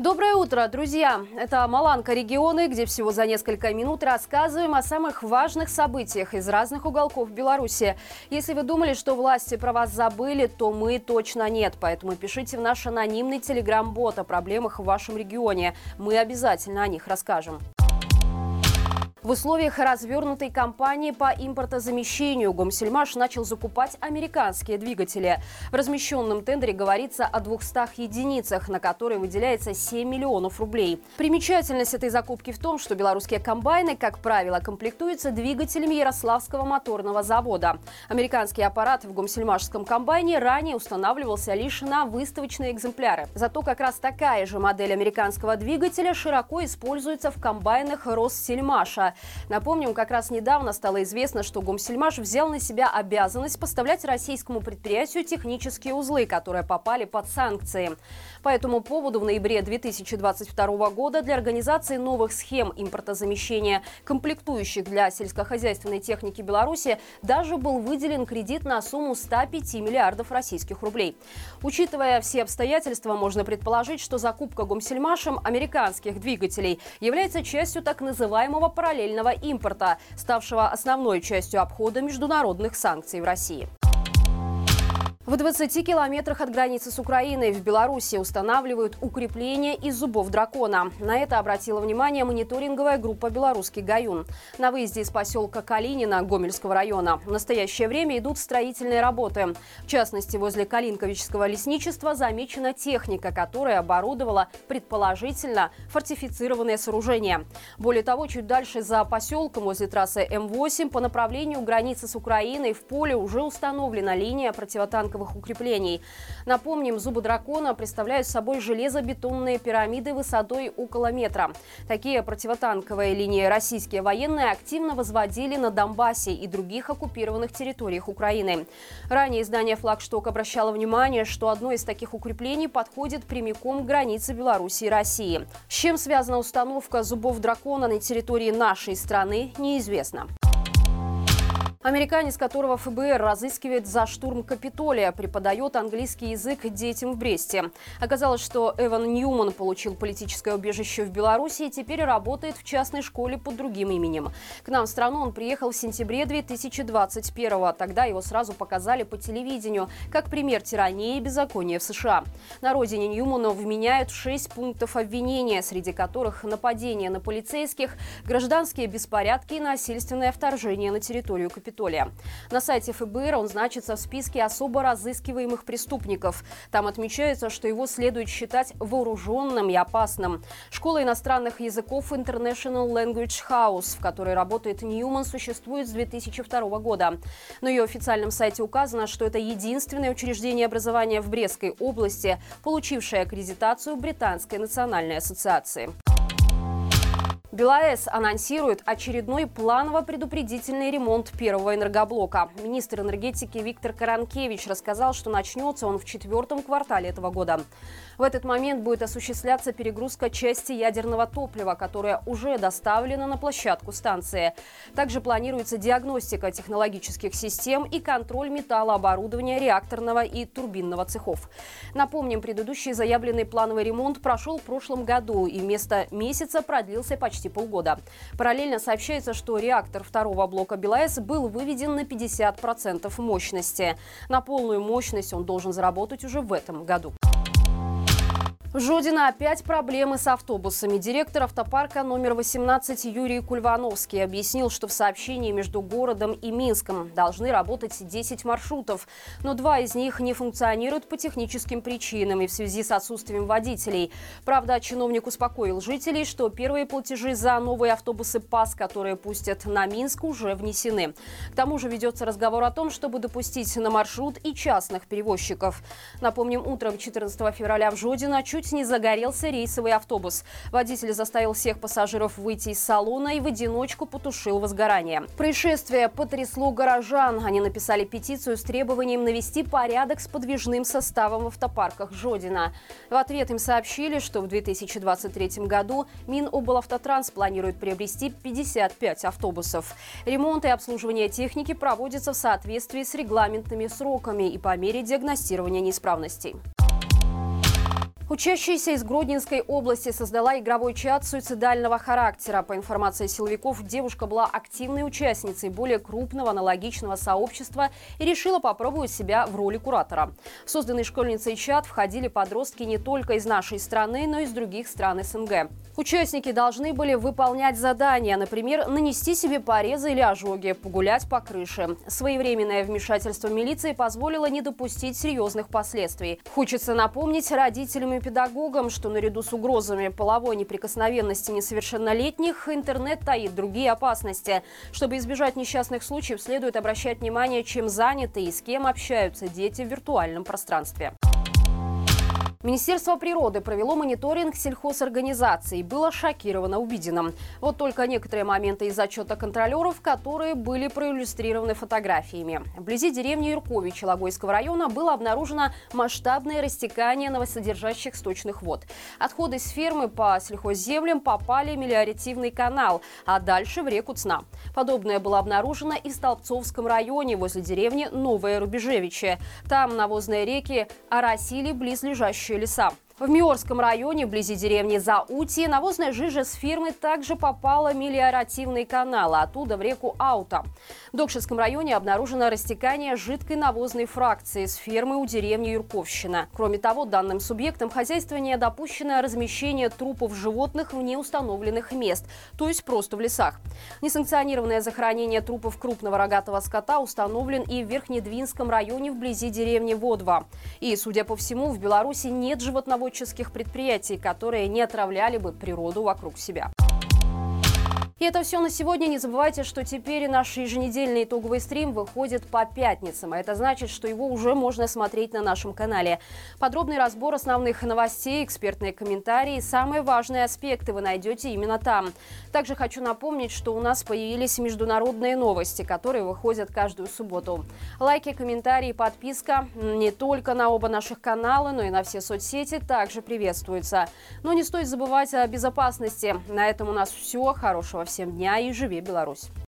Доброе утро, друзья! Это «Маланка регионы», где всего за несколько минут рассказываем о самых важных событиях из разных уголков Беларуси. Если вы думали, что власти про вас забыли, то мы точно нет. Поэтому пишите в наш анонимный телеграм-бот о проблемах в вашем регионе. Мы обязательно о них расскажем. В условиях развернутой кампании по импортозамещению Гомсельмаш начал закупать американские двигатели. В размещенном тендере говорится о 200 единицах, на которые выделяется 7 миллионов рублей. Примечательность этой закупки в том, что белорусские комбайны, как правило, комплектуются двигателями Ярославского моторного завода. Американский аппарат в гомсельмашском комбайне ранее устанавливался лишь на выставочные экземпляры. Зато как раз такая же модель американского двигателя широко используется в комбайнах Россельмаша. Напомним, как раз недавно стало известно, что Гомсельмаш взял на себя обязанность поставлять российскому предприятию технические узлы, которые попали под санкции. По этому поводу в ноябре 2022 года для организации новых схем импортозамещения комплектующих для сельскохозяйственной техники Беларуси даже был выделен кредит на сумму 105 миллиардов российских рублей. Учитывая все обстоятельства, можно предположить, что закупка Гомсельмашем американских двигателей является частью так называемого параллельного импорта, ставшего основной частью обхода международных санкций в России. В 20 километрах от границы с Украиной в Беларуси устанавливают укрепления из зубов дракона. На это обратила внимание мониторинговая группа «Белорусский Гаюн». На выезде из поселка Калинина Гомельского района в настоящее время идут строительные работы. В частности, возле Калинковичского лесничества замечена техника, которая оборудовала, предположительно, фортифицированные сооружения. Более того, чуть дальше за поселком, возле трассы М8, по направлению границы с Украиной в поле уже установлена линия противотанковых укреплений. Напомним, зубы дракона представляют собой железобетонные пирамиды высотой около метра. Такие противотанковые линии российские военные активно возводили на Донбассе и других оккупированных территориях Украины. Ранее издание «Флагшток» обращало внимание, что одно из таких укреплений подходит прямиком к границе Беларуси и России. С чем связана установка зубов дракона на территории нашей страны, неизвестно. Американец, которого ФБР разыскивает за штурм Капитолия, преподает английский язык детям в Бресте. Оказалось, что Эван Ньюман получил политическое убежище в Беларуси и теперь работает в частной школе под другим именем. К нам в страну он приехал в сентябре 2021-го. Тогда его сразу показали по телевидению как пример тирании и беззакония в США. На родине Ньюмана вменяют 6 пунктов обвинения, среди которых нападение на полицейских, гражданские беспорядки и насильственное вторжение на территорию Капитолия. На сайте ФБР он значится в списке особо разыскиваемых преступников. Там отмечается, что его следует считать вооруженным и опасным. Школа иностранных языков International Language House, в которой работает Ньюман, существует с 2002 года. На ее официальном сайте указано, что это единственное учреждение образования в Брестской области, получившее аккредитацию Британской национальной ассоциации. БелАЭС анонсирует очередной планово-предупредительный ремонт первого энергоблока. Министр энергетики Виктор Каранкевич рассказал, что начнется он в 4-м квартале этого года. В этот момент будет осуществляться перегрузка части ядерного топлива, которое уже доставлено на площадку станции. Также планируется диагностика технологических систем и контроль металлооборудования реакторного и турбинного цехов. Напомним, предыдущий заявленный плановый ремонт прошел в прошлом году и вместо месяца продлился почти полгода. Параллельно сообщается, что реактор второго блока БелАЭС был выведен на 50% мощности. На полную мощность он должен заработать уже в этом году. В Жодино опять проблемы с автобусами. Директор автопарка номер 18 Юрий Кульвановский объяснил, что в сообщении между городом и Минском должны работать 10 маршрутов, но 2 из них не функционируют по техническим причинам и в связи с отсутствием водителей. Правда, чиновник успокоил жителей, что первые платежи за новые автобусы ПАС, которые пустят на Минск, уже внесены. К тому же ведется разговор о том, чтобы допустить на маршрут и частных перевозчиков. Напомним, утром 14 февраля в Жодино чуть не загорелся рейсовый автобус. Водитель заставил всех пассажиров выйти из салона и в одиночку потушил возгорание. Происшествие потрясло горожан. Они написали петицию с требованием навести порядок с подвижным составом в автопарках Жодино. В ответ им сообщили, что в 2023 году Миноблавтотранс планирует приобрести 55 автобусов. Ремонт и обслуживание техники проводятся в соответствии с регламентными сроками и по мере диагностирования неисправностей. Учащаяся из Гродненской области создала игровой чат суицидального характера. По информации силовиков, девушка была активной участницей более крупного аналогичного сообщества и решила попробовать себя в роли куратора. В созданный школьницей чат входили подростки не только из нашей страны, но и из других стран СНГ. Участники должны были выполнять задания, например, нанести себе порезы или ожоги, погулять по крыше. Своевременное вмешательство милиции позволило не допустить серьезных последствий. Хочется напомнить родителям и педагогам, что наряду с угрозами половой неприкосновенности несовершеннолетних интернет таит другие опасности. Чтобы избежать несчастных случаев, следует обращать внимание, чем заняты и с кем общаются дети в виртуальном пространстве. Министерство природы провело мониторинг сельхозорганизаций и было шокировано увиденным. Вот только некоторые моменты из отчета контролеров, которые были проиллюстрированы фотографиями. Вблизи деревни Юркович Логойского района было обнаружено масштабное растекание новосодержащих сточных вод. Отходы с фермы по сельхозземлям попали в мелиоративный канал, а дальше в реку Цна. Подобное было обнаружено и в Столбцовском районе возле деревни Новое Рубежевичье. Там навозные реки оросили близлежащие леса. В Миорском районе, вблизи деревни Заутье, навозная жижа с фермы также попала в мелиоративный канал, а оттуда в реку Аута. В Докшинском районе обнаружено растекание жидкой навозной фракции с фермы у деревни Юрковщина. Кроме того, данным субъектам хозяйствования допущено размещение трупов животных в неустановленных мест, то есть просто в лесах. Несанкционированное захоронение трупов крупного рогатого скота установлен и в Верхнедвинском районе вблизи деревни Водва. И, судя по всему, в Беларуси нет животноводческих предприятий, которые не отравляли бы природу вокруг себя. И это все на сегодня. Не забывайте, что теперь наш еженедельный итоговый стрим выходит по пятницам. А это значит, что его уже можно смотреть на нашем канале. Подробный разбор основных новостей, экспертные комментарии и самые важные аспекты вы найдете именно там. Также хочу напомнить, что у нас появились международные новости, которые выходят каждую субботу. Лайки, комментарии, подписка не только на оба наших канала, но и на все соцсети также приветствуются. Но не стоит забывать о безопасности. На этом у нас все. Хорошего всем дня и живи Беларусь!